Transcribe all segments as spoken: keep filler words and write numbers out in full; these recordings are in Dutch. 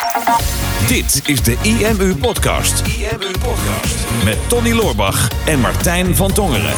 Dit is de I M U-podcast. I M U-podcast. Met Tony Loorbach en Martijn van Tongeren.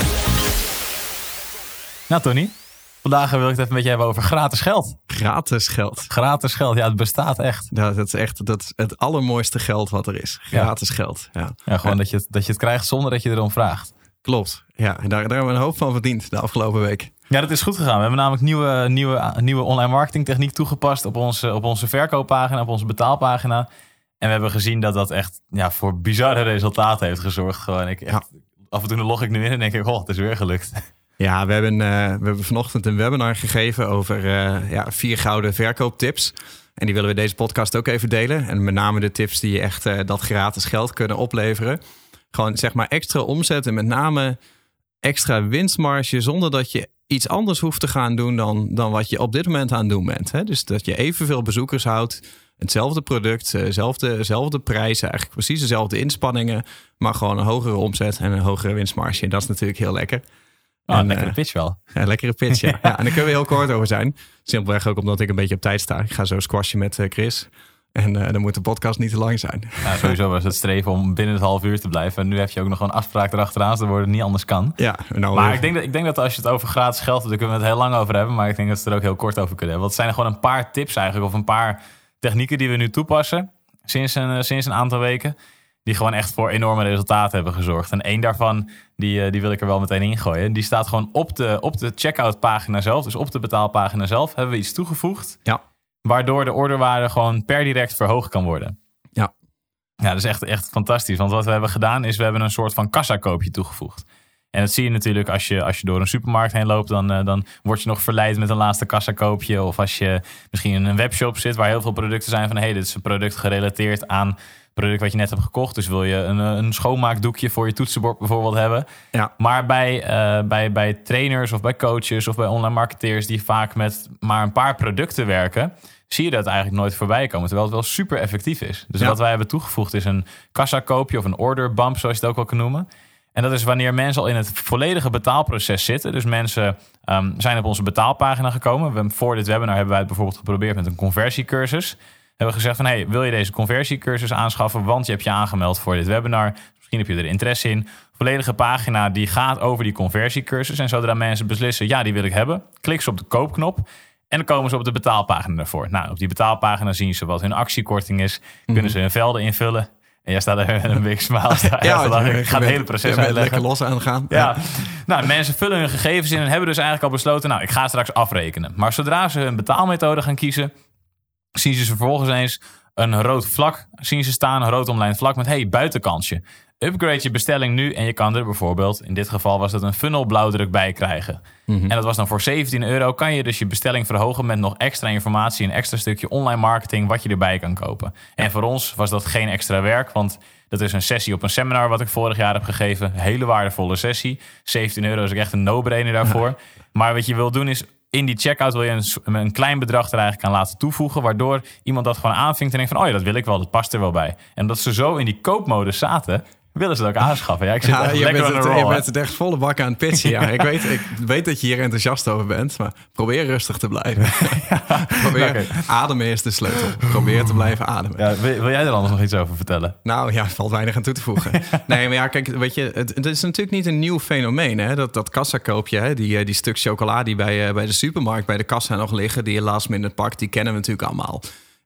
Nou Tony, vandaag wil ik het even met je hebben over gratis geld. Gratis geld. Gratis geld, ja, het bestaat echt. Ja, dat is echt dat is het allermooiste geld wat er is. Gratis ja. geld. Ja, ja gewoon ja. Dat, je het, dat je het krijgt zonder dat je erom vraagt. Klopt. Ja, en daar, daar hebben we een hoop van verdiend de afgelopen week. Ja, dat is goed gegaan. We hebben namelijk nieuwe, nieuwe, nieuwe online marketing techniek toegepast op onze, op onze verkooppagina, op onze betaalpagina. En we hebben gezien dat dat echt ja, voor bizarre resultaten heeft gezorgd. Gewoon, ik, echt, ja. Af en toe log ik nu in en denk ik, oh, het is weer gelukt. Ja, we hebben, uh, we hebben vanochtend een webinar gegeven over uh, ja, vier gouden verkooptips. En die willen we deze podcast ook even delen. En met name de tips die je echt uh, dat gratis geld kunnen opleveren. Gewoon zeg maar extra omzet en met name extra winstmarge zonder dat je iets anders hoeft te gaan doen dan, dan wat je op dit moment aan het doen bent. Hè? Dus dat je evenveel bezoekers houdt, hetzelfde product, dezelfde, dezelfde prijzen, eigenlijk precies dezelfde inspanningen, maar gewoon een hogere omzet en een hogere winstmarge. En dat is natuurlijk heel lekker. Oh, en, een lekkere uh, pitch wel. Ja, lekkere pitch, ja. ja. En daar kunnen we heel kort over zijn. Simpelweg ook omdat ik een beetje op tijd sta. Ik ga zo squashen met uh, Chris. En uh, dan moet de podcast niet te lang zijn. Ja, sowieso was het streven om binnen het half uur te blijven. En nu heb je ook nog gewoon afspraak erachteraan, zodat het niet anders kan. Ja, nou, maar ik denk, dat, ik denk dat als je het over gratis geld hebt, daar kunnen we het heel lang over hebben. Maar ik denk dat we het er ook heel kort over kunnen hebben. Want het zijn er gewoon een paar tips eigenlijk, of een paar technieken die we nu toepassen sinds een, uh, sinds een aantal weken. Die gewoon echt voor enorme resultaten hebben gezorgd. En één daarvan, die, uh, die wil ik er wel meteen ingooien. Die staat gewoon op de, op de checkout pagina zelf. Dus op de betaalpagina zelf hebben we iets toegevoegd. Ja. Waardoor de orderwaarde gewoon per direct verhoogd kan worden. Ja. Ja, dat is echt, echt fantastisch. Want wat we hebben gedaan is, we hebben een soort van kassakoopje toegevoegd. En dat zie je natuurlijk als je, als je door een supermarkt heen loopt. Dan, uh, dan word je nog verleid met een laatste kassakoopje. Of als je misschien in een webshop zit waar heel veel producten zijn van, hé, hey, dit is een product gerelateerd aan het product wat je net hebt gekocht. Dus wil je een, een schoonmaakdoekje voor je toetsenbord bijvoorbeeld hebben. Ja. Maar bij, uh, bij, bij trainers of bij coaches of bij online marketeers die vaak met maar een paar producten werken, zie je dat eigenlijk nooit voorbij komen. Terwijl het wel super effectief is. Dus ja. Wat wij hebben toegevoegd is een kassakoopje of een order bump, zoals je het ook wel kan noemen. En dat is wanneer mensen al in het volledige betaalproces zitten. Dus mensen um, zijn op onze betaalpagina gekomen. We, voor dit webinar hebben wij het bijvoorbeeld geprobeerd met een conversiecursus. Hebben we gezegd van, hey, wil je deze conversiecursus aanschaffen? Want je hebt je aangemeld voor dit webinar. Misschien heb je er interesse in. Volledige pagina die gaat over die conversiecursus. En zodra mensen beslissen, ja, die wil ik hebben, klik ze op de koopknop. En dan komen ze op de betaalpagina ervoor. Nou, op die betaalpagina zien ze wat hun actiekorting is. Mm-hmm. Kunnen ze hun velden invullen. En jij staat er een big smile. Ja, ja, ik ga het hele proces uitleggen. Lekker los aan gaan. Ja. Ja. Nou, mensen vullen hun gegevens in en hebben dus eigenlijk al besloten, nou, ik ga straks afrekenen. Maar zodra ze hun betaalmethode gaan kiezen, zien ze vervolgens eens een rood vlak zien ze staan, een rood omlijnd vlak met, hey, buitenkansje. Upgrade je bestelling nu en je kan er bijvoorbeeld, in dit geval was dat een funnel blauwdruk bij krijgen. Mm-hmm. En dat was dan voor zeventien euro. Kan je dus je bestelling verhogen met nog extra informatie, een extra stukje online marketing wat je erbij kan kopen. Ja. En voor ons was dat geen extra werk, want dat is een sessie op een seminar wat ik vorig jaar heb gegeven. Hele waardevolle sessie. zeventien euro is ook echt een no-brainer daarvoor. Ja. Maar wat je wil doen is, in die checkout wil je een, een klein bedrag er eigenlijk aan laten toevoegen, waardoor iemand dat gewoon aanvinkt en denkt van, oh ja, dat wil ik wel, dat past er wel bij. En dat ze zo in die koopmodus zaten, willen ze het ook aanschaffen. Ja, ik zit ja, echt je lekker bent aan de het, roll. Je bent het echt volle bak aan het pitchen. Ja. ik, weet, ik weet dat je hier enthousiast over bent, maar probeer rustig te blijven. Ja, probeer, okay. Ademen is de sleutel. Probeer te blijven ademen. Ja, wil, wil jij er anders nog iets over vertellen? Nou ja, er valt weinig aan toe te voegen. Nee, maar ja, kijk, weet je, het, het is natuurlijk niet een nieuw fenomeen. Hè? Dat, dat kassakoopje, hè? Die, die stuk chocola die bij, uh, bij de supermarkt, bij de kassa nog liggen, die je last minute pakt, die kennen we natuurlijk allemaal.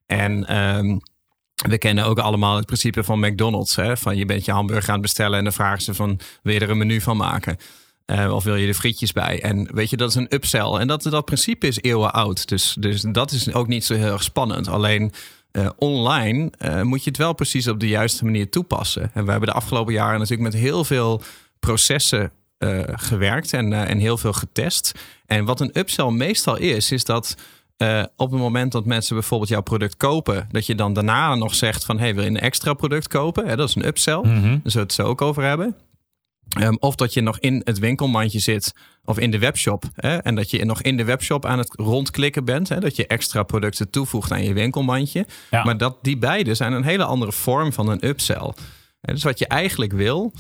En Um, we kennen ook allemaal het principe van McDonald's. Hè? Van je bent je hamburger aan het bestellen en dan vragen ze van, wil je er een menu van maken? Uh, of wil je er frietjes bij? En weet je, dat is een upsell. En dat, dat principe is eeuwen oud. Dus, dus dat is ook niet zo heel erg spannend. Alleen uh, online uh, moet je het wel precies op de juiste manier toepassen. En we hebben de afgelopen jaren natuurlijk met heel veel processen uh, gewerkt en, uh, en heel veel getest. En wat een upsell meestal is, is dat Uh, op het moment dat mensen bijvoorbeeld jouw product kopen, dat je dan daarna nog zegt van, hey, wil je een extra product kopen? Hè, dat is een upsell. Mm-hmm. Daar zullen we het zo ook over hebben. Um, of dat je nog in het winkelmandje zit of in de webshop. Hè, en dat je nog in de webshop aan het rondklikken bent. Hè, dat je extra producten toevoegt aan je winkelmandje. Ja. Maar dat die beide zijn een hele andere vorm van een upsell. Hè, dus wat je eigenlijk wil,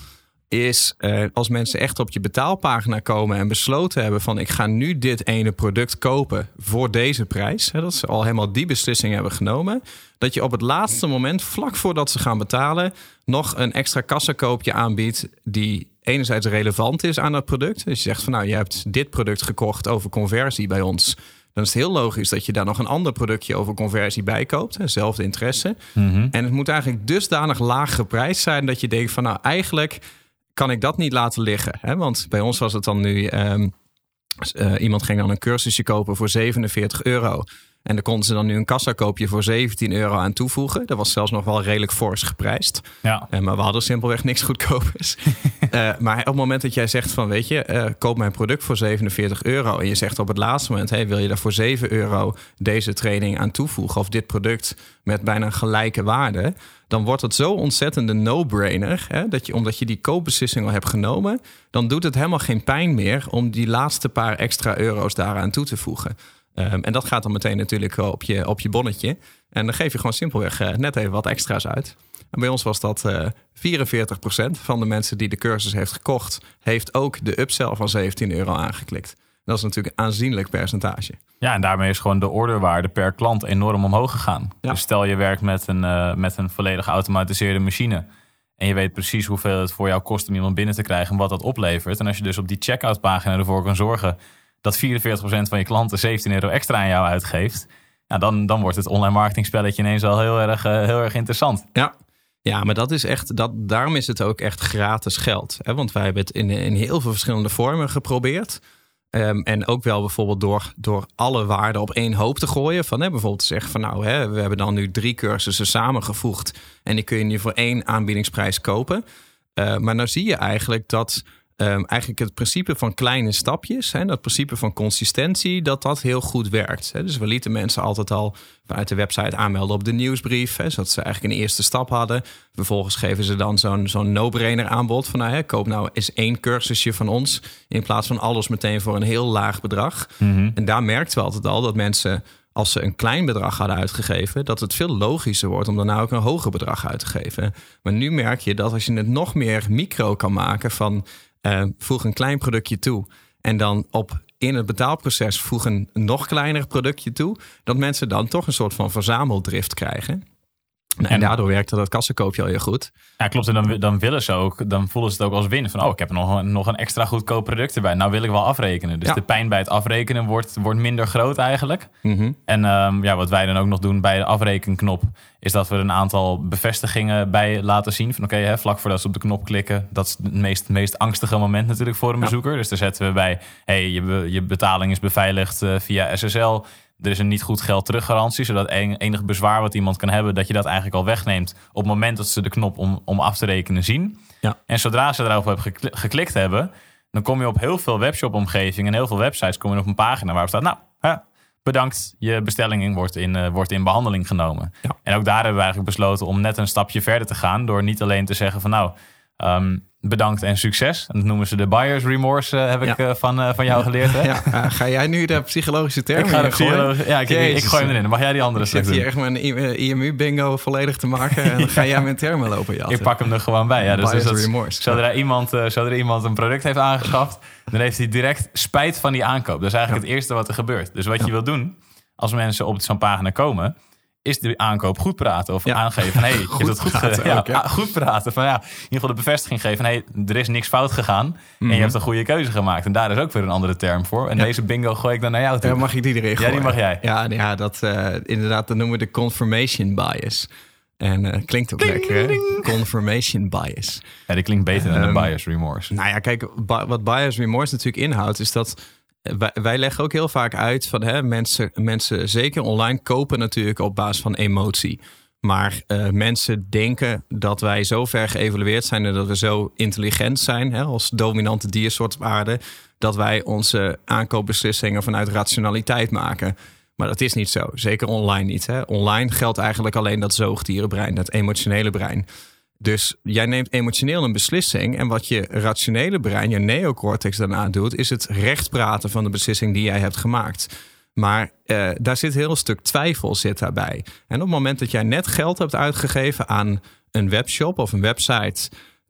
is uh, als mensen echt op je betaalpagina komen en besloten hebben van ik ga nu dit ene product kopen voor deze prijs. Hè, dat ze al helemaal die beslissing hebben genomen. Dat je op het laatste moment, vlak voordat ze gaan betalen, nog een extra kassakoopje aanbiedt die enerzijds relevant is aan dat product. Dus je zegt van nou, je hebt dit product gekocht over conversie bij ons. Dan is het heel logisch dat je daar nog een ander productje over conversie bij koopt. Zelfde interesse. Mm-hmm. En het moet eigenlijk dusdanig laag geprijsd zijn dat je denkt van nou, eigenlijk kan ik dat niet laten liggen. Hè? Want bij ons was het dan nu Um, uh, iemand ging dan een cursusje kopen voor zevenenveertig euro. En daar konden ze dan nu een kassakoopje voor zeventien euro aan toevoegen. Dat was zelfs nog wel redelijk fors geprijsd. Ja. Uh, maar we hadden simpelweg niks goedkopers. uh, maar op het moment dat jij zegt van weet je, uh, koop mijn product voor zevenenveertig euro. En je zegt op het laatste moment, hey, wil je daar voor zeven euro deze training aan toevoegen? Of dit product met bijna gelijke waarde? Dan wordt het zo ontzettend een no-brainer. Hè, dat je, omdat je die koopbeslissing al hebt genomen, dan doet het helemaal geen pijn meer om die laatste paar extra euro's daaraan toe te voegen. Um, en dat gaat dan meteen natuurlijk op je, op je bonnetje. En dan geef je gewoon simpelweg uh, net even wat extra's uit. En bij ons was dat uh, vierenveertig procent van de mensen die de cursus heeft gekocht, heeft ook de upsell van zeventien euro aangeklikt. Dat is natuurlijk een aanzienlijk percentage. Ja, en daarmee is gewoon de orderwaarde per klant enorm omhoog gegaan. Ja. Dus stel je werkt met een, uh, met een volledig geautomatiseerde machine en je weet precies hoeveel het voor jou kost om iemand binnen te krijgen en wat dat oplevert. En als je dus op die checkout pagina ervoor kan zorgen dat vierenveertig procent van je klanten zeventien euro extra aan jou uitgeeft, ja, dan, dan wordt het online marketing spelletje ineens al heel erg, uh, heel erg interessant. Ja. Ja, maar dat is echt, dat, daarom is het ook echt gratis geld. Hè? Want wij hebben het in, in heel veel verschillende vormen geprobeerd. Um, en ook wel bijvoorbeeld door, door alle waarden op één hoop te gooien. Van, hè, bijvoorbeeld te zeggen van nou, hè, we hebben dan nu drie cursussen samengevoegd. En die kun je nu voor één aanbiedingsprijs kopen. Uh, maar nou zie je eigenlijk dat Um, eigenlijk het principe van kleine stapjes, hè, dat principe van consistentie, dat dat heel goed werkt. Hè. Dus we lieten mensen altijd al vanuit de website aanmelden op de nieuwsbrief, hè, zodat ze eigenlijk een eerste stap hadden. Vervolgens geven ze dan zo'n, zo'n no-brainer aanbod van nou, hè, koop nou eens één cursusje van ons in plaats van alles meteen voor een heel laag bedrag. Mm-hmm. En daar merkten we altijd al dat mensen, als ze een klein bedrag hadden uitgegeven, dat het veel logischer wordt om daarna ook een hoger bedrag uit te geven. Maar nu merk je dat als je het nog meer micro kan maken van Uh, voeg een klein productje toe en dan op in het betaalproces voeg een nog kleiner productje toe, dat mensen dan toch een soort van verzameldrift krijgen. Nou, en, en daardoor werkte dat kassakoopje al heel goed. Ja, klopt. En dan, dan willen ze ook, dan voelen ze het ook als win. Van, oh, ik heb nog een, nog een extra goedkoop product erbij. Nou wil ik wel afrekenen. Dus ja. de pijn bij het afrekenen wordt, wordt minder groot eigenlijk. Mm-hmm. En um, ja, wat wij dan ook nog doen bij de afrekenknop, is dat we er een aantal bevestigingen bij laten zien. Van oké, okay, vlak voordat ze op de knop klikken, dat is het meest, meest angstige moment natuurlijk voor een ja. bezoeker. Dus daar zetten we bij, hey, je, je betaling is beveiligd uh, via S S L. Er is een niet goed geld teruggarantie, zodat enig bezwaar wat iemand kan hebben, dat je dat eigenlijk al wegneemt op het moment dat ze de knop om, om af te rekenen zien. Ja. En zodra ze daarop hebben geklikt hebben, dan kom je op heel veel webshop-omgevingen en heel veel websites kom je op een pagina waarop staat, nou, hè, bedankt, je bestelling wordt in, uh, wordt in behandeling genomen. Ja. En ook daar hebben we eigenlijk besloten om net een stapje verder te gaan, door niet alleen te zeggen van nou, um, bedankt en succes. En dat noemen ze de buyer's remorse, uh, heb ik ja. uh, van, uh, van jou geleerd. Hè? Ja. Uh, ga jij nu de psychologische termen ik ga de psychologische, Ja, ik, ik, ik gooi hem erin. Dan mag jij die andere straks doen. Ik zit hier echt mijn I M U-bingo volledig te maken en dan ga jij met termen lopen. Jatten. Ik pak hem er gewoon bij. Ja, dus buyer's dus remorse. Zodra, iemand, uh, zodra iemand een product heeft aangeschaft, dan heeft hij direct spijt van die aankoop. Dat is eigenlijk ja. het eerste wat er gebeurt. Dus wat ja. je wil doen, als mensen op zo'n pagina komen, is de aankoop goed praten of ja. aangeven van, hey, je hebt het goed praten. Ge- ja, ook, ja. Goed praten van, ja, in ieder geval de bevestiging geven van, hey, er is niks fout gegaan mm-hmm. en je hebt een goede keuze gemaakt. En daar is ook weer een andere term voor. En ja. deze bingo gooi ik dan naar jou toe. Ja, mag ik die erin gooien? Ja, die mag jij. Ja, ja dat uh, inderdaad, dat noemen we de confirmation bias. En uh, klinkt ook ding, lekker, hè? Ding. Confirmation bias. Ja, die klinkt beter dan um, de buyer's remorse. Nou ja, kijk, wat buyer's remorse natuurlijk inhoudt, is dat Wij, wij leggen ook heel vaak uit van hè, mensen, mensen, zeker online, kopen natuurlijk op basis van emotie. Maar uh, mensen denken dat wij zo ver geëvalueerd zijn en dat we zo intelligent zijn, hè, als dominante diersoort op aarde, dat wij onze aankoopbeslissingen vanuit rationaliteit maken. Maar dat is niet zo. Zeker online niet. Hè. Online geldt eigenlijk alleen dat zoogdierenbrein, dat emotionele brein. Dus jij neemt emotioneel een beslissing en wat je rationele brein, je neocortex daarna doet, is het recht praten van de beslissing die jij hebt gemaakt. Maar uh, daar zit een heel stuk twijfel zit daarbij. En op het moment dat jij net geld hebt uitgegeven aan een webshop of een website,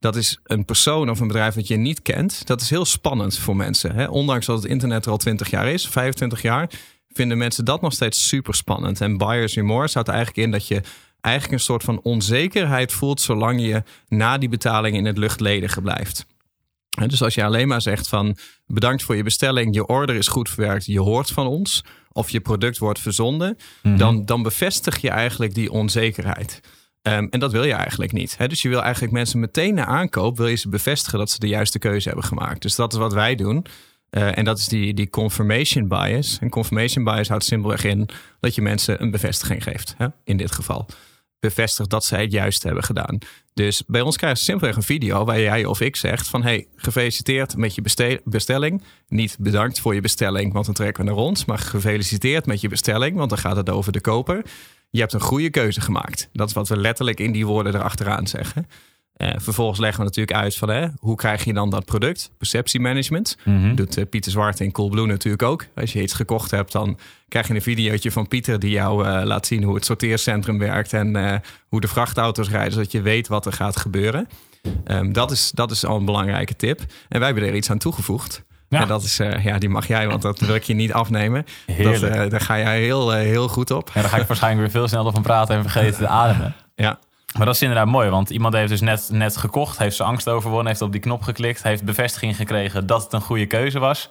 Dat is een persoon of een bedrijf dat je niet kent. Dat is heel spannend voor mensen. Hè? Ondanks dat het internet er al twintig jaar is, vijfentwintig jaar... vinden mensen dat nog steeds super spannend. En buyer's remorse houdt er eigenlijk in dat je eigenlijk een soort van onzekerheid voelt zolang je na die betaling in het luchtledige blijft. En dus als je alleen maar zegt van bedankt voor je bestelling, je order is goed verwerkt, je hoort van ons of je product wordt verzonden, mm-hmm. dan, dan bevestig je eigenlijk die onzekerheid. Um, en dat wil je eigenlijk niet. Hè? Dus je wil eigenlijk mensen meteen na aankoop wil je ze bevestigen dat ze de juiste keuze hebben gemaakt. Dus dat is wat wij doen. Uh, en dat is die, die confirmation bias. En confirmation bias houdt simpelweg in dat je mensen een bevestiging geeft. Hè? In dit geval. Bevestigt dat zij het juist hebben gedaan. Dus bij ons krijg je simpelweg een video waar jij of ik zegt van hey, gefeliciteerd met je beste- bestelling. Niet bedankt voor je bestelling, want dan trekken we naar ons. Maar gefeliciteerd met je bestelling, want dan gaat het over de koper. Je hebt een goede keuze gemaakt. Dat is wat we letterlijk in die woorden erachteraan zeggen. Uh, vervolgens leggen we natuurlijk uit van hè, hoe krijg je dan dat product? Perceptiemanagement. Mm-hmm. Doet uh, Pieter Zwart in Coolblue natuurlijk ook. Als je iets gekocht hebt, dan krijg je een videootje van Pieter die jou uh, laat zien hoe het sorteercentrum werkt en uh, hoe de vrachtauto's rijden, zodat je weet wat er gaat gebeuren. Um, dat is, dat is al een belangrijke tip. En wij hebben er iets aan toegevoegd. Ja. En dat is, uh, ja, die mag jij, want dat wil ik je niet afnemen. Dat, uh, daar ga jij heel, uh, heel goed op. Ja, daar ga ik waarschijnlijk weer veel sneller van praten en vergeten te ademen. Ja. Maar dat is inderdaad mooi, want iemand heeft dus net, net gekocht, heeft zijn angst overwonnen, heeft op die knop geklikt, heeft bevestiging gekregen dat het een goede keuze was.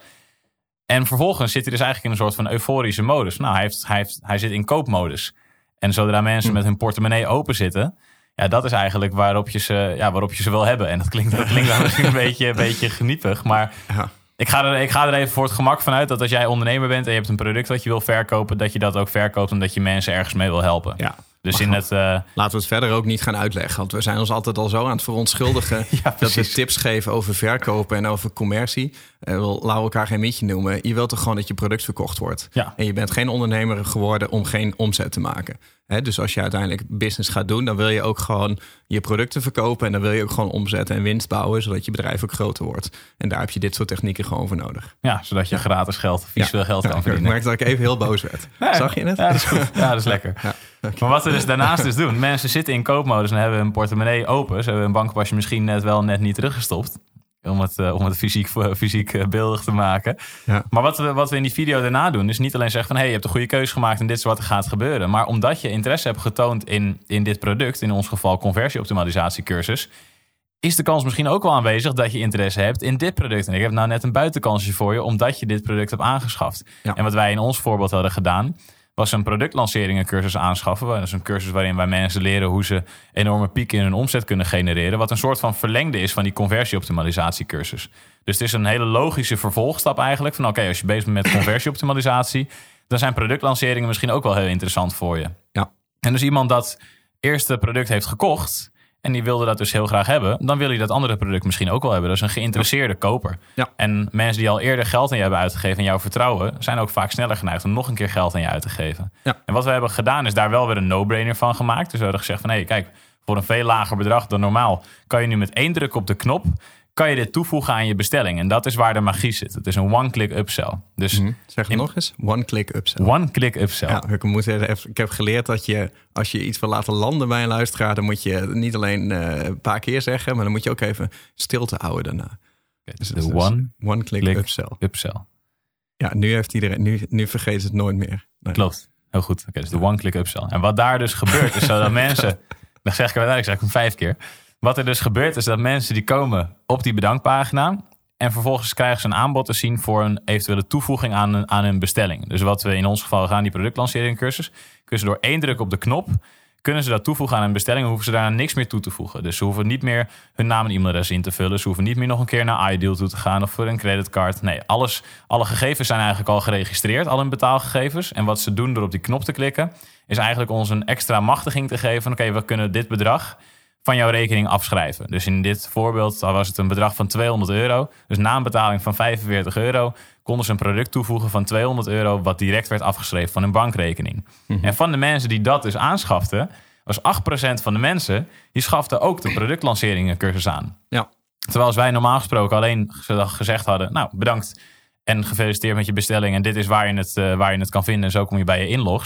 En vervolgens zit hij dus eigenlijk in een soort van euforische modus. Nou, hij, heeft, hij, heeft, hij zit in koopmodus. En zodra mensen hm. met hun portemonnee open zitten, ja, dat is eigenlijk waarop je ze, ja, waarop je ze wil hebben. En dat klinkt, dat klinkt dan misschien een beetje, een beetje geniepig, maar ja. ik, ga er, ik ga er even voor het gemak vanuit dat als jij ondernemer bent en je hebt een product dat je wil verkopen, dat je dat ook verkoopt omdat je mensen ergens mee wil helpen. Ja. Dus in het, uh... laten we het verder ook niet gaan uitleggen. Want we zijn ons altijd al zo aan het verontschuldigen ja, dat we tips geven over verkopen en over commercie. Uh, laten we elkaar geen mietje noemen. Je wilt toch gewoon dat je product verkocht wordt. Ja. En je bent geen ondernemer geworden om geen omzet te maken. He, dus als je uiteindelijk business gaat doen, dan wil je ook gewoon je producten verkopen. En dan wil je ook gewoon omzet en winst bouwen, zodat je bedrijf ook groter wordt. En daar heb je dit soort technieken gewoon voor nodig. Ja, zodat je gratis geld, visueel ja. geld kan ja, verdienen. Ik merk dat ik even heel boos werd. Ja, Zag je het? Ja, dat is goed. Ja, dat is lekker. Ja. Okay. Maar wat we dus daarnaast dus doen, mensen zitten in koopmodus en hebben hun portemonnee open. Ze hebben hun bankpasje misschien net wel net niet teruggestopt. Om het, uh, om het fysiek, uh, fysiek uh, beeldig te maken. Ja. Maar wat we, wat we in die video daarna doen, is niet alleen zeggen van hey, je hebt een goede keuze gemaakt en dit is wat er gaat gebeuren. Maar omdat je interesse hebt getoond in, in dit product, in ons geval conversieoptimalisatiecursus, is de kans misschien ook wel aanwezig dat je interesse hebt in dit product. En ik heb nou net een buitenkansje voor je, omdat je dit product hebt aangeschaft. Ja. En wat wij in ons voorbeeld hadden gedaan, was een productlanceringencursus aanschaffen. Dat is een cursus waarin wij mensen leren hoe ze enorme pieken in hun omzet kunnen genereren. Wat een soort van verlengde is van die conversieoptimalisatiecursus. Dus het is een hele logische vervolgstap eigenlijk. Van oké, okay, als je bezig bent met conversieoptimalisatie, dan zijn productlanceringen misschien ook wel heel interessant voor je. Ja. En dus iemand dat eerste product heeft gekocht en die wilde dat dus heel graag hebben, dan wil je dat andere product misschien ook wel hebben. Dat is een geïnteresseerde ja. koper. Ja. En mensen die al eerder geld aan je hebben uitgegeven en jou vertrouwen, zijn ook vaak sneller geneigd om nog een keer geld aan je uit te geven. Ja. En wat we hebben gedaan is daar wel weer een no-brainer van gemaakt. Dus we hebben gezegd van hé, hey, kijk, voor een veel lager bedrag dan normaal kan je nu met één druk op de knop kan je dit toevoegen aan je bestelling. En dat is waar de magie zit. Het is een one-click upsell. Dus mm-hmm. Zeg het nog eens. One-click upsell. One-click upsell. Ja, ik, moet even, ik heb geleerd dat je, als je iets wil laten landen bij een luisteraar, dan moet je niet alleen uh, een paar keer zeggen, maar dan moet je ook even stilte houden daarna. Okay, dus de dus one, one-click click upsell. upsell. Ja, nu heeft iedereen, nu, nu vergeet ze het nooit meer. Nee. Klopt. Heel goed. Oké, okay, dus de one-click upsell. En wat daar dus gebeurt, is zodat mensen, dan zeg ik uiteindelijk zeg ik hem vijf keer. Wat er dus gebeurt is dat mensen die komen op die bedankpagina en vervolgens krijgen ze een aanbod te zien voor een eventuele toevoeging aan, aan hun bestelling. Dus wat we in ons geval gaan, die productlanceringcursus, kunnen ze door één druk op de knop, kunnen ze dat toevoegen aan hun bestelling, hoeven ze daarna niks meer toe te voegen. Dus ze hoeven niet meer hun naam en e-mailadres in te vullen, ze hoeven niet meer nog een keer naar iDeal toe te gaan of voor een creditcard. Nee, alles, alle gegevens zijn eigenlijk al geregistreerd, al hun betaalgegevens. En wat ze doen door op die knop te klikken, is eigenlijk ons een extra machtiging te geven van oké, okay, we kunnen dit bedrag van jouw rekening afschrijven. Dus in dit voorbeeld was het een bedrag van tweehonderd euro. Dus na een betaling van vijfenveertig euro konden ze een product toevoegen van tweehonderd euro... wat direct werd afgeschreven van hun bankrekening. Mm-hmm. En van de mensen die dat dus aanschaften, was acht procent van de mensen die schaften ook de productlanceringencursus aan. Ja. Terwijl als wij normaal gesproken alleen gezegd hadden, nou bedankt en gefeliciteerd met je bestelling en dit is waar je het, uh, waar je het kan vinden en zo kom je bij je inlogs.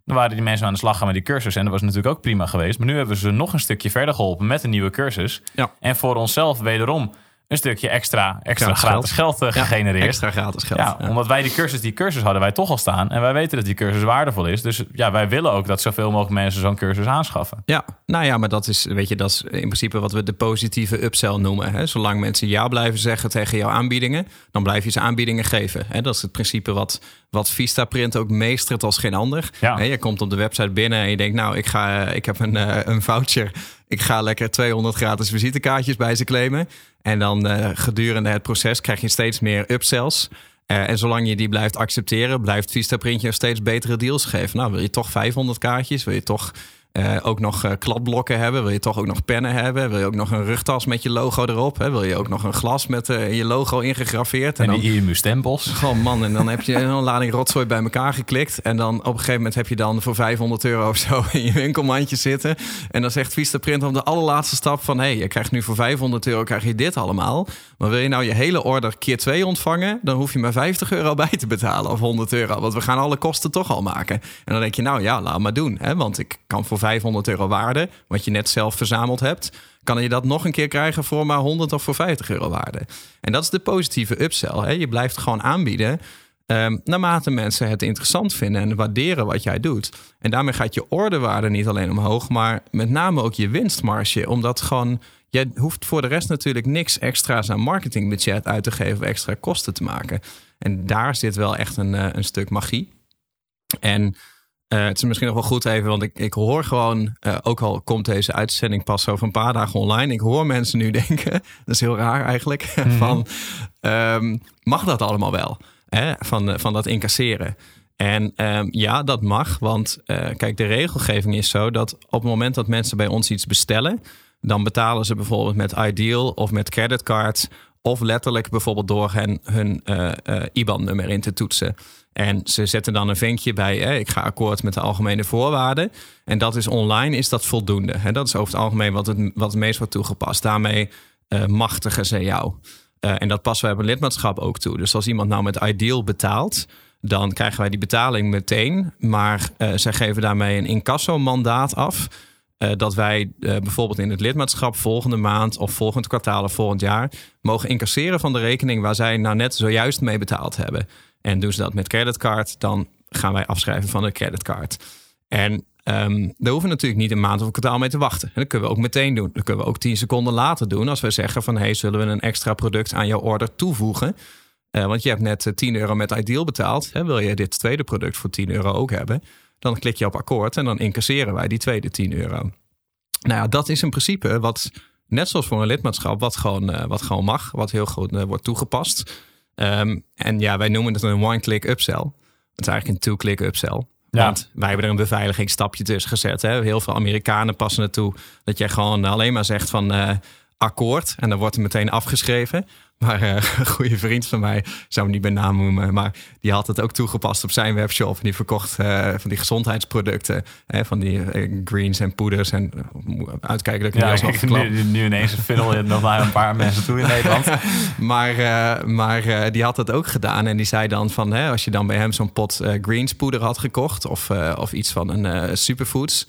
Dan waren die mensen aan de slag gaan met die cursus. En dat was natuurlijk ook prima geweest. Maar nu hebben we ze nog een stukje verder geholpen met een nieuwe cursus. Ja. En voor onszelf wederom een stukje extra, extra Ja, gratis geld, geld uh, gegenereerd. Ja, extra gratis geld. Ja, ja. Omdat wij die cursus, die cursus hadden wij toch al staan. En wij weten dat die cursus waardevol is. Dus ja, wij willen ook dat zoveel mogelijk mensen zo'n cursus aanschaffen. Ja, nou ja, maar dat is, weet je, dat is in principe wat we de positieve upsell noemen. Hè? Zolang mensen ja blijven zeggen tegen jouw aanbiedingen, dan blijf je ze aanbiedingen geven. Hè? Dat is het principe wat, wat Vistaprint ook meestert als geen ander. Ja. Hè? Je komt op de website binnen en je denkt, nou, ik, ga, ik heb een, uh, een voucher. Ik ga lekker tweehonderd gratis visitekaartjes bij ze claimen. En dan uh, gedurende het proces krijg je steeds meer upsells. Uh, en zolang je die blijft accepteren, blijft Vistaprint je steeds betere deals geven. Nou, wil je toch vijfhonderd kaartjes? Wil je toch uh, ook nog uh, kladblokken hebben? Wil je toch ook nog pennen hebben? Wil je ook nog een rugtas met je logo erop? Hè? Wil je ook nog een glas met uh, je logo ingegraveerd? En, en die dan, I M U-stempels. Gewoon man, en dan heb je een lading rotzooi bij elkaar geklikt. En dan op een gegeven moment heb je dan voor vijfhonderd euro of zo in je winkelmandje zitten. En dan zegt Vistaprint op de allerlaatste stap van, hé, hey, je krijgt nu voor vijfhonderd euro krijg je dit allemaal. Maar wil je nou je hele order keer twee ontvangen, dan hoef je maar vijftig euro bij te betalen of honderd euro. Want we gaan alle kosten toch al maken. En dan denk je, nou ja, laat maar doen. Hè? Want ik kan voor vijfhonderd euro waarde, wat je net zelf verzameld hebt, kan je dat nog een keer krijgen voor maar honderd of voor vijftig euro waarde. En dat is de positieve upsell. Hè? Je blijft gewoon aanbieden um, naarmate mensen het interessant vinden en waarderen wat jij doet. En daarmee gaat je orderwaarde niet alleen omhoog, maar met name ook je winstmarge. Omdat gewoon, jij hoeft voor de rest natuurlijk niks extra's aan marketingbudget uit te geven of extra kosten te maken. En daar zit wel echt een, uh, een stuk magie. En Uh, het is misschien nog wel goed even, want ik, ik hoor gewoon, uh, ook al komt deze uitzending pas over een paar dagen online, ik hoor mensen nu denken, dat is heel raar eigenlijk, mm-hmm. van um, mag dat allemaal wel? Hè? Van, uh, van dat incasseren. En um, ja, dat mag, want uh, kijk, de regelgeving is zo dat op het moment dat mensen bij ons iets bestellen, dan betalen ze bijvoorbeeld met Ideal of met creditcard of letterlijk bijvoorbeeld door hen hun uh, uh, I B A N-nummer in te toetsen. En ze zetten dan een vinkje bij, hè, ik ga akkoord met de algemene voorwaarden. En dat is online, is dat voldoende. Hè? Dat is over het algemeen wat het, wat het meest wordt toegepast. Daarmee uh, machtigen ze jou. Uh, en dat passen wij op een lidmaatschap ook toe. Dus als iemand nou met Ideal betaalt, dan krijgen wij die betaling meteen. Maar uh, zij geven daarmee een incasso-mandaat af. Uh, dat wij uh, bijvoorbeeld in het lidmaatschap volgende maand of volgend kwartaal of volgend jaar mogen incasseren van de rekening waar zij nou net zojuist mee betaald hebben. En doen ze dat met creditcard, dan gaan wij afschrijven van de creditcard. En um, daar hoeven we natuurlijk niet een maand of een kwartaal mee te wachten. En dat kunnen we ook meteen doen. Dat kunnen we ook tien seconden later doen als we zeggen van, hey, zullen we een extra product aan jouw order toevoegen? Uh, want je hebt net uh, tien euro met Ideal betaald. Hè? Wil je dit tweede product voor tien euro ook hebben? Dan klik je op akkoord en dan incasseren wij die tweede tien euro. Nou ja, dat is in principe wat, net zoals voor een lidmaatschap, wat gewoon, uh, wat gewoon mag. Wat heel goed uh, wordt toegepast. Um, en ja, wij noemen het een one-click upsell. Het is eigenlijk een two-click upsell. Ja. Want wij hebben er een beveiligingsstapje tussen gezet. Hè? Heel veel Amerikanen passen ertoe dat jij gewoon alleen maar zegt van uh, akkoord. En dan wordt er meteen afgeschreven. Maar uh, een goede vriend van mij, ik zou hem niet bij naam noemen, maar die had het ook toegepast op zijn webshop. En die verkocht uh, van die gezondheidsproducten, hè, van die uh, greens en poeders. En uh, uitkijken dat ik ja, nu alsnog verklap. Nu, nu ineens funnel je nog naar een paar mensen toe in Nederland. maar uh, maar uh, die had dat ook gedaan. En die zei dan van, hè, als je dan bij hem zo'n pot uh, greens poeder had gekocht of, uh, of iets van een uh, superfoods,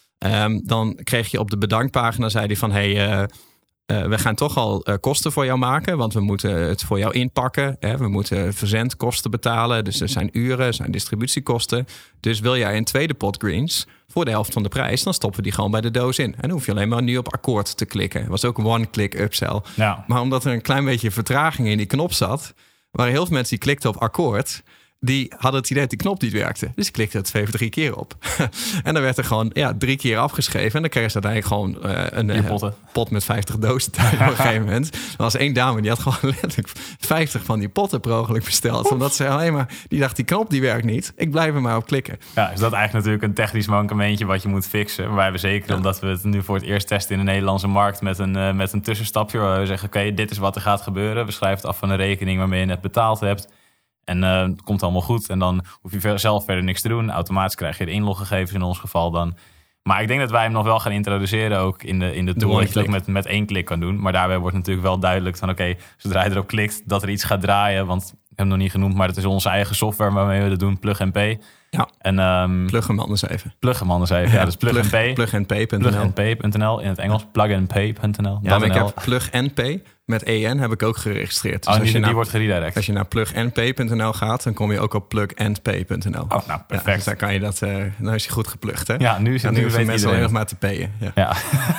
um, dan kreeg je op de bedankpagina, zei hij van, hey, uh, Uh, we gaan toch al uh, kosten voor jou maken, want we moeten het voor jou inpakken. Hè? We moeten verzendkosten betalen, dus er zijn uren, er zijn distributiekosten. Dus wil jij een tweede pot greens voor de helft van de prijs, dan stoppen we die gewoon bij de doos in. En dan hoef je alleen maar nu op akkoord te klikken. Het was ook een one-click upsell. Ja. Maar omdat er een klein beetje vertraging in die knop zat, waren heel veel mensen die klikten op akkoord, die hadden het idee dat die knop niet werkte. Dus die klikte het twee of drie keer op. En dan werd er gewoon ja, drie keer afgeschreven. En dan kregen ze uiteindelijk gewoon uh, een uh, pot met vijftig dozen thuis op een gegeven moment. Er was één dame, die had gewoon letterlijk vijftig van die potten per ongeluk besteld. Oef. Omdat ze alleen maar, die dacht, die knop die werkt niet. Ik blijf er maar op klikken. Ja, is dat eigenlijk natuurlijk een technisch mankementje wat je moet fixen. Waar we zeker, ja. omdat we het nu voor het eerst testen in de Nederlandse markt met een, uh, met een tussenstapje. Waar we zeggen, oké, okay, dit is wat er gaat gebeuren. We schrijven het af van een rekening waarmee je net betaald hebt. En uh, het komt allemaal goed. En dan hoef je zelf verder niks te doen. Automatisch krijg je de inloggegevens in ons geval dan. Maar ik denk dat wij hem nog wel gaan introduceren ook in de, in de tool. Dat je het ook met, met één klik kan doen. Maar daarbij wordt natuurlijk wel duidelijk van oké, okay, zodra je erop klikt dat er iets gaat draaien. Want ik heb hem nog niet genoemd, maar het is onze eigen software waarmee we dat doen, Plug and Pay. Ja. En, um, plug hem anders even. Plug hem anders even. Ja, ja dus plug, plug, plug, plug and pay punt n l. plug and pay punt n l in het Engels. plug and pay punt n l. Ja, maar ik heb plug and pay met E N heb ik ook geregistreerd. Dus oh, die, die naar, wordt geredirect. Als je naar plug and pay punt n l gaat, dan kom je ook op plug and pay punt n l. Oh, nou, perfect. Ja, dus dan kan je dat, uh, dan is je goed geplukt, hè? Ja, nu is het, ja, nu nu mensen alleen nog maar te payen. Ja. Ja.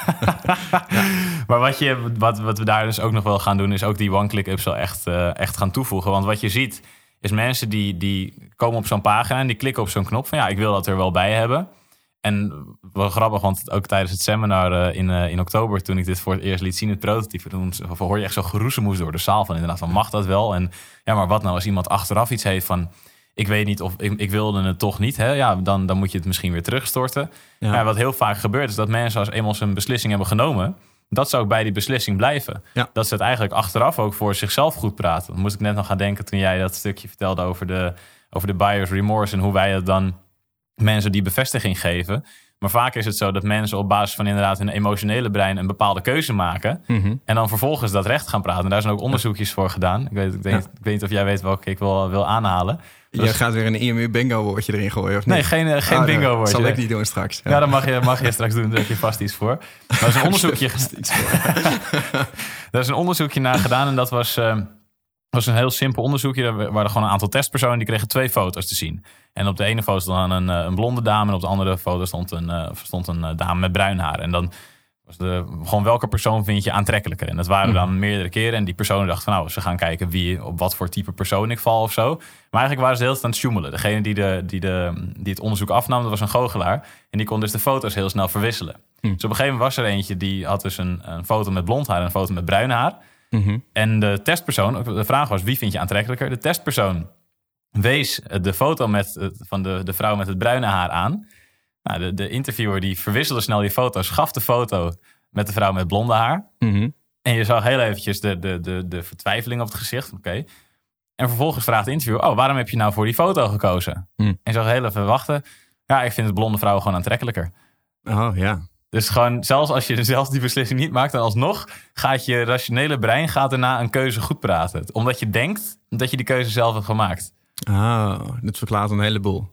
ja. Maar wat, je, wat, wat we daar dus ook nog wel gaan doen, is ook die one-click upsell echt, uh, echt gaan toevoegen. Want wat je ziet, is mensen die, die komen op zo'n pagina en die klikken op zo'n knop van ja, ik wil dat er wel bij hebben. En wel grappig, want ook tijdens het seminar uh, in, uh, in oktober, toen ik dit voor het eerst liet zien, het prototype, toen hoor je echt zo geroezemoes door de zaal van inderdaad, van mag dat wel? En ja, maar wat nou als iemand achteraf iets heeft van, ik weet niet of ik, ik wilde het toch niet, hè? Ja, dan, dan moet je het misschien weer terugstorten. Ja. Maar wat heel vaak gebeurt, is dat mensen als eenmaal een beslissing hebben genomen, dat ze ook bij die beslissing blijven. Ja. Dat ze het eigenlijk achteraf ook voor zichzelf goed praten. Dan moest ik net nog gaan denken toen jij dat stukje vertelde over de, over de buyer's remorse en hoe wij het dan mensen die bevestiging geven. Maar vaak is het zo dat mensen op basis van inderdaad hun emotionele brein een bepaalde keuze maken. Mm-hmm. En dan vervolgens dat recht gaan praten. En daar zijn ook onderzoekjes voor gedaan. Ik weet, ik weet, ja. ik weet niet of jij weet welke ik wil, wil aanhalen. Je dus gaat weer een I M U bingo woordje erin gooien, of niet? Nee, geen, uh, geen ah, bingo woordje. Dat zal ik niet doen straks. Ja, ja dan mag je, mag je straks doen. Daar heb je vast iets voor. Maar er is een onderzoekje, er is een onderzoekje naar gedaan. En dat was, uh, was een heel simpel onderzoekje. Er waren gewoon een aantal testpersonen die kregen twee foto's te zien. En op de ene foto stond een, een blonde dame. En op de andere foto stond een, uh, stond een dame met bruin haar. En dan was de, gewoon welke persoon vind je aantrekkelijker? En dat waren dan mm. meerdere keren. En die personen dachten van nou, ze gaan kijken wie, op wat voor type persoon ik val of zo. Maar eigenlijk waren ze heel aan het sjoemelen. Degene die, de, die, de, die het onderzoek afnam, dat was een goochelaar. En die kon dus de foto's heel snel verwisselen. Mm. Dus op een gegeven moment was er eentje die had dus een, een foto met blond haar en een foto met bruin haar. Mm-hmm. En de testpersoon, de vraag was wie vind je aantrekkelijker? De testpersoon wees de foto met, van de, de vrouw met het bruine haar aan. Nou, de, de interviewer die verwisselde snel die foto's, gaf de foto met de vrouw met blonde haar. Mm-hmm. En je zag heel eventjes de, de, de, de vertwijfeling op het gezicht. Oké. Okay. En vervolgens vraagt de interviewer, oh, waarom heb je nou voor die foto gekozen? Mm. En je zag heel even wachten. Ja, ik vind het blonde vrouw gewoon aantrekkelijker. Oh, ja. Dus gewoon, zelfs als je zelfs die beslissing niet maakt, dan alsnog gaat je rationele brein gaat erna een keuze goed praten. Omdat je denkt dat je die keuze zelf hebt gemaakt. Oh, dit verklaart een heleboel.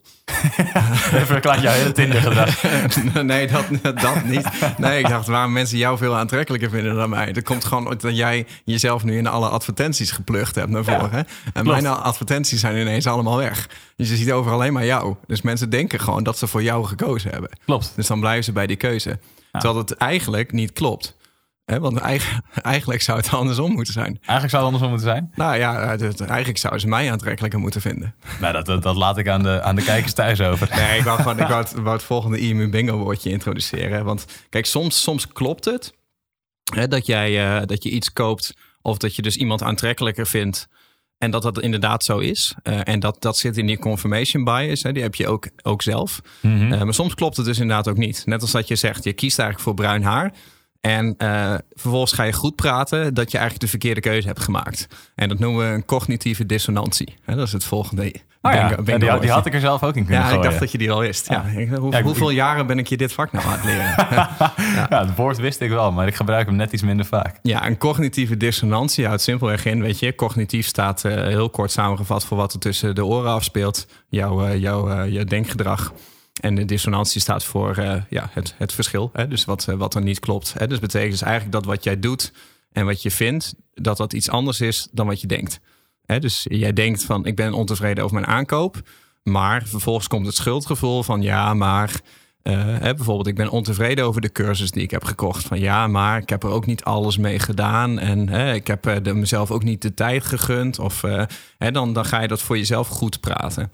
Dat verklaart jouw hele Tinder-gedrag. Nee, dat, dat niet. Nee, ik dacht, waarom mensen jou veel aantrekkelijker vinden dan mij. Dat komt gewoon dat jij jezelf nu in alle advertenties geplukt hebt naar voren. Ja, en klopt. Mijn advertenties zijn ineens allemaal weg. Dus je ziet overal alleen maar jou. Dus mensen denken gewoon dat ze voor jou gekozen hebben. Klopt. Dus dan blijven ze bij die keuze. Ja. Terwijl het eigenlijk niet klopt. He, want eigenlijk zou het andersom moeten zijn. Eigenlijk zou het andersom moeten zijn? Nou ja, het, eigenlijk zouden ze mij aantrekkelijker moeten vinden. Nou, dat, dat, dat laat ik aan de, aan de kijkers thuis over. Nee, ik wou, gewoon, ik wou, het, wou het volgende I M U bingo woordje introduceren. Want kijk, soms, soms klopt het hè, dat, jij, uh, dat je iets koopt of dat je dus iemand aantrekkelijker vindt. En dat dat inderdaad zo is. Uh, en dat, dat zit in die confirmation bias. Hè, die heb je ook, ook zelf. Mm-hmm. Uh, maar soms klopt het dus inderdaad ook niet. Net als dat je zegt, je kiest eigenlijk voor bruin haar. En uh, vervolgens ga je goed praten dat je eigenlijk de verkeerde keuze hebt gemaakt. En dat noemen we een cognitieve dissonantie. He, dat is het volgende. Oh ja, bingo, bingo ja die, die had ik er zelf ook in kunnen ja, gooien. Ik dacht dat je die al wist. Ja. Ja, hoe, ja, hoeveel ik, jaren ben ik je dit vak nou aan het leren? ja. ja, het woord wist ik wel, maar ik gebruik hem net iets minder vaak. Ja, een cognitieve dissonantie houdt simpelweg in. Weet je, cognitief staat uh, heel kort samengevat voor wat er tussen de oren afspeelt. Jouw, uh, jouw, uh, jouw denkgedrag. En de dissonantie staat voor uh, ja, het, het verschil. Hè? Dus wat, uh, wat er niet klopt. Hè? Dus betekent dus eigenlijk dat wat jij doet en wat je vindt, dat dat iets anders is dan wat je denkt. Hè? Dus jij denkt van, ik ben ontevreden over mijn aankoop. Maar vervolgens komt het schuldgevoel van, ja, maar uh, hè, bijvoorbeeld, ik ben ontevreden over de cursus die ik heb gekocht. Van ja, maar ik heb er ook niet alles mee gedaan. En hè, ik heb uh, de, mezelf ook niet de tijd gegund. Of uh, hè, dan, dan ga je dat voor jezelf goed praten.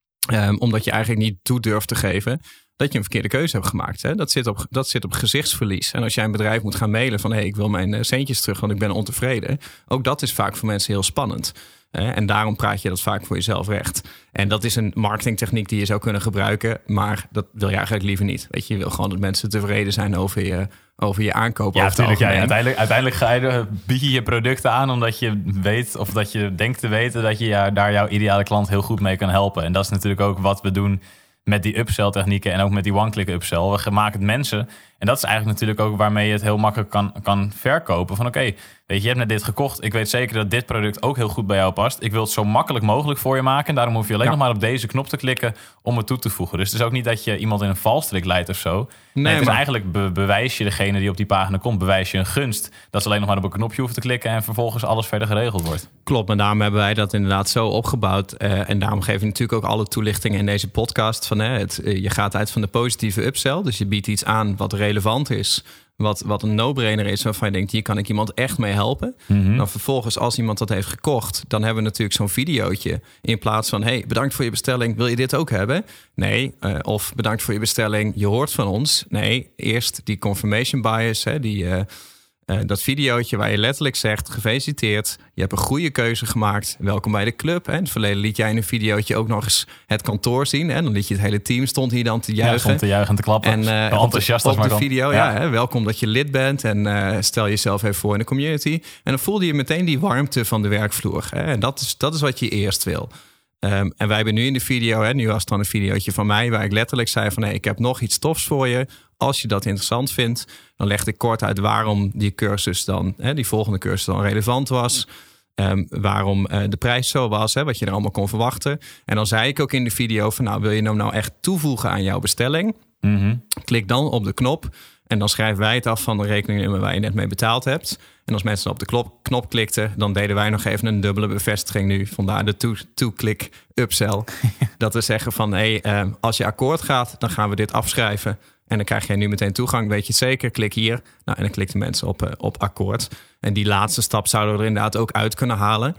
Um, omdat je eigenlijk niet toe durft te geven dat je een verkeerde keuze hebt gemaakt. Hè? Dat, zit op, dat zit op gezichtsverlies. En als jij een bedrijf moet gaan mailen van, hé, hey, ik wil mijn centjes terug, want ik ben ontevreden. Ook dat is vaak voor mensen heel spannend. Hè? En daarom praat je dat vaak voor jezelf recht. En dat is een marketingtechniek die je zou kunnen gebruiken, maar dat wil je eigenlijk liever niet. Weet je, je wil gewoon dat mensen tevreden zijn over je, over je aankoop. Ja, natuurlijk. Ja, uiteindelijk, uiteindelijk ga je, bied je je producten aan omdat je weet of dat je denkt te weten dat je ja, daar jouw ideale klant heel goed mee kan helpen. En dat is natuurlijk ook wat we doen met die upsell technieken en ook met die one-click upsell. We maken het mensen En dat is eigenlijk natuurlijk ook waarmee je het heel makkelijk kan, kan verkopen. Van oké, okay, weet je, je hebt net dit gekocht. Ik weet zeker dat dit product ook heel goed bij jou past. Ik wil het zo makkelijk mogelijk voor je maken. En daarom hoef je alleen ja. nog maar op deze knop te klikken om het toe te voegen. Dus het is ook niet dat je iemand in een valstrik leidt of zo. Nee, nee het is maar... eigenlijk be- bewijs je degene die op die pagina komt, bewijs je een gunst. Dat ze alleen nog maar op een knopje hoeven te klikken en vervolgens alles verder geregeld wordt. Klopt, maar daarom hebben wij dat inderdaad zo opgebouwd. Uh, en daarom geven we natuurlijk ook alle toelichtingen in deze podcast. Van, hè, het, uh, je gaat uit van de positieve upsell. Dus je biedt iets aan wat relevant is. Wat, wat een no-brainer is waarvan je denkt, hier kan ik iemand echt mee helpen. Mm-hmm. Dan vervolgens, als iemand dat heeft gekocht, dan hebben we natuurlijk zo'n videootje. In plaats van, hey, bedankt voor je bestelling, wil je dit ook hebben? Nee, uh, of bedankt voor je bestelling, je hoort van ons. Nee, eerst die confirmation bias, hè, die... Uh, Uh, dat videootje waar je letterlijk zegt, gefeliciteerd, je hebt een goede keuze gemaakt, welkom bij de club. Hè. In het verleden liet jij in een videootje ook nog eens het kantoor zien. Hè. Dan liet je het hele team, stond hier dan te juichen. Ja, stond te juichen en te klappen. En uh, enthousiast op de, op de video, ja. ja hè, welkom dat je lid bent en uh, stel jezelf even voor in de community. En dan voelde je meteen die warmte van de werkvloer. Hè. En dat is, dat is wat je eerst wil. Um, en wij hebben nu in de video, hè, nu was het dan een videootje van mij, waar ik letterlijk zei van, hey, ik heb nog iets tofs voor je. Als je dat interessant vindt, dan legde ik kort uit waarom die cursus dan, hè, die volgende cursus dan relevant was. Um, waarom uh, de prijs zo was, hè, wat je er allemaal kon verwachten. En dan zei ik ook in de video van, nou, wil je hem nou echt toevoegen aan jouw bestelling? Mm-hmm. Klik dan op de knop en dan schrijven wij het af van de rekeningnummer waar je net mee betaald hebt. En als mensen op de knop, knop klikten, dan deden wij nog even een dubbele bevestiging nu. Vandaar de two-click upsell. Dat we zeggen van, hé, hey, uh, als je akkoord gaat, dan gaan we dit afschrijven. En dan krijg je nu meteen toegang, weet je het zeker, klik hier. Nou, en dan klikten mensen op, uh, op akkoord. En die laatste stap zouden we er inderdaad ook uit kunnen halen.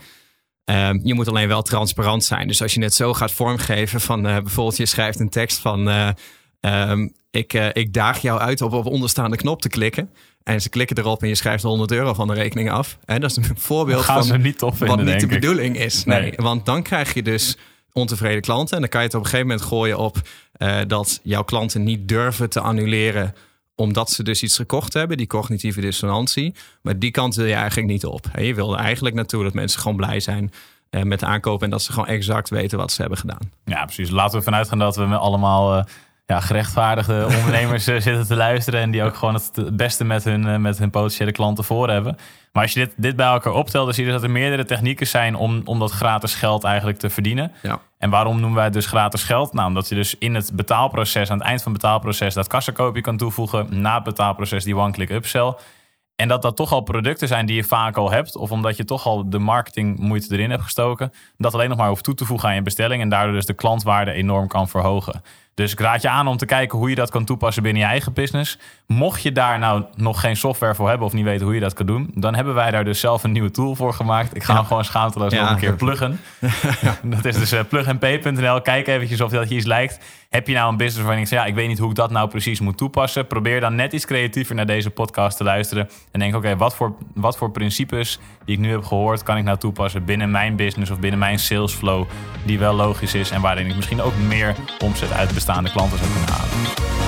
Um, je moet alleen wel transparant zijn. Dus als je het zo gaat vormgeven van, uh, bijvoorbeeld je schrijft een tekst van... Uh, um, ik, uh, ik daag jou uit op op onderstaande knop te klikken. En ze klikken erop en je schrijft honderd euro van de rekening af. En dat is een voorbeeld van ze niet tof vinden, wat niet de ik. bedoeling is. Nee, nee, want dan krijg je dus ontevreden klanten. En dan kan je het op een gegeven moment gooien op uh, dat jouw klanten niet durven te annuleren omdat ze dus iets gekocht hebben, die cognitieve dissonantie. Maar die kant wil je eigenlijk niet op. Je wil er eigenlijk naartoe dat mensen gewoon blij zijn uh, met de aankoop en dat ze gewoon exact weten wat ze hebben gedaan. Ja, precies. Laten we vanuit gaan dat we met allemaal uh, ja, gerechtvaardigde ondernemers uh, zitten te luisteren en die ook gewoon het beste met hun, uh, met hun potentiële klanten voor hebben. Maar als je dit, dit bij elkaar optelt, dan zie je dus dat er meerdere technieken zijn om, om dat gratis geld eigenlijk te verdienen. Ja. En waarom noemen wij het dus gratis geld? Nou, omdat je dus in het betaalproces, aan het eind van het betaalproces, dat kassakoopje kan toevoegen. Na het betaalproces die one-click upsell. En dat dat toch al producten zijn die je vaak al hebt. Of omdat je toch al de marketingmoeite erin hebt gestoken. Dat alleen nog maar hoeft toe te voegen aan je bestelling. En daardoor dus de klantwaarde enorm kan verhogen. Dus ik raad je aan om te kijken hoe je dat kan toepassen binnen je eigen business. Mocht je daar nou nog geen software voor hebben of niet weten hoe je dat kan doen, dan hebben wij daar dus zelf een nieuwe tool voor gemaakt. Ik ga ja. hem gewoon schaamteloos ja. nog een keer pluggen. Ja. Dat is dus uh, plug n p punt n l. Kijk eventjes of dat je iets lijkt. Heb je nou een business waarvan je zegt, ja, ik weet niet hoe ik dat nou precies moet toepassen. Probeer dan net iets creatiever naar deze podcast te luisteren. En denk, oké, okay, wat voor, wat voor principes die ik nu heb gehoord, kan ik nou toepassen binnen mijn business of binnen mijn salesflow, die wel logisch is en waarin ik misschien ook meer omzet uit bestaande klanten zou kunnen halen.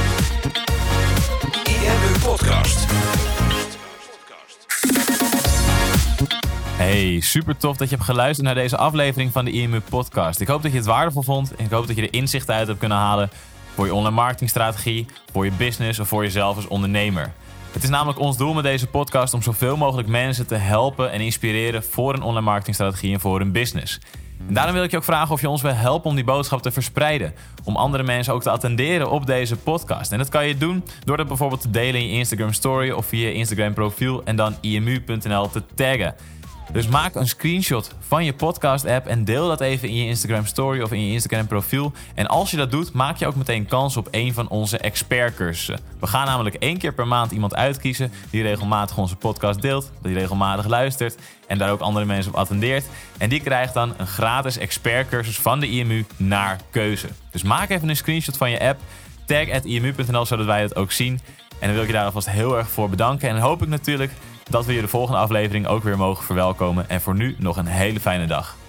I M U Podcast. Hey, super tof dat je hebt geluisterd naar deze aflevering van de I M U Podcast. Ik hoop dat je het waardevol vond en ik hoop dat je er inzichten uit hebt kunnen halen voor je online marketingstrategie, voor je business of voor jezelf als ondernemer. Het is namelijk ons doel met deze podcast om zoveel mogelijk mensen te helpen en inspireren voor een online marketingstrategie en voor hun business. En daarom wil ik je ook vragen of je ons wil helpen om die boodschap te verspreiden. Om andere mensen ook te attenderen op deze podcast. En dat kan je doen door dat bijvoorbeeld te delen in je Instagram story of via je Instagram profiel en dan i m u punt n l te taggen. Dus maak een screenshot van je podcast app en deel dat even in je Instagram story of in je Instagram profiel. En als je dat doet, maak je ook meteen kans op een van onze expertcursussen. We gaan namelijk één keer per maand iemand uitkiezen die regelmatig onze podcast deelt, die regelmatig luistert en daar ook andere mensen op attendeert. En die krijgt dan een gratis expertcursus van de I M U naar keuze. Dus maak even een screenshot van je app, tag at i m u punt n l zodat wij het ook zien. En dan wil ik je daar alvast heel erg voor bedanken. En dan hoop ik natuurlijk dat we je de volgende aflevering ook weer mogen verwelkomen. En voor nu nog een hele fijne dag.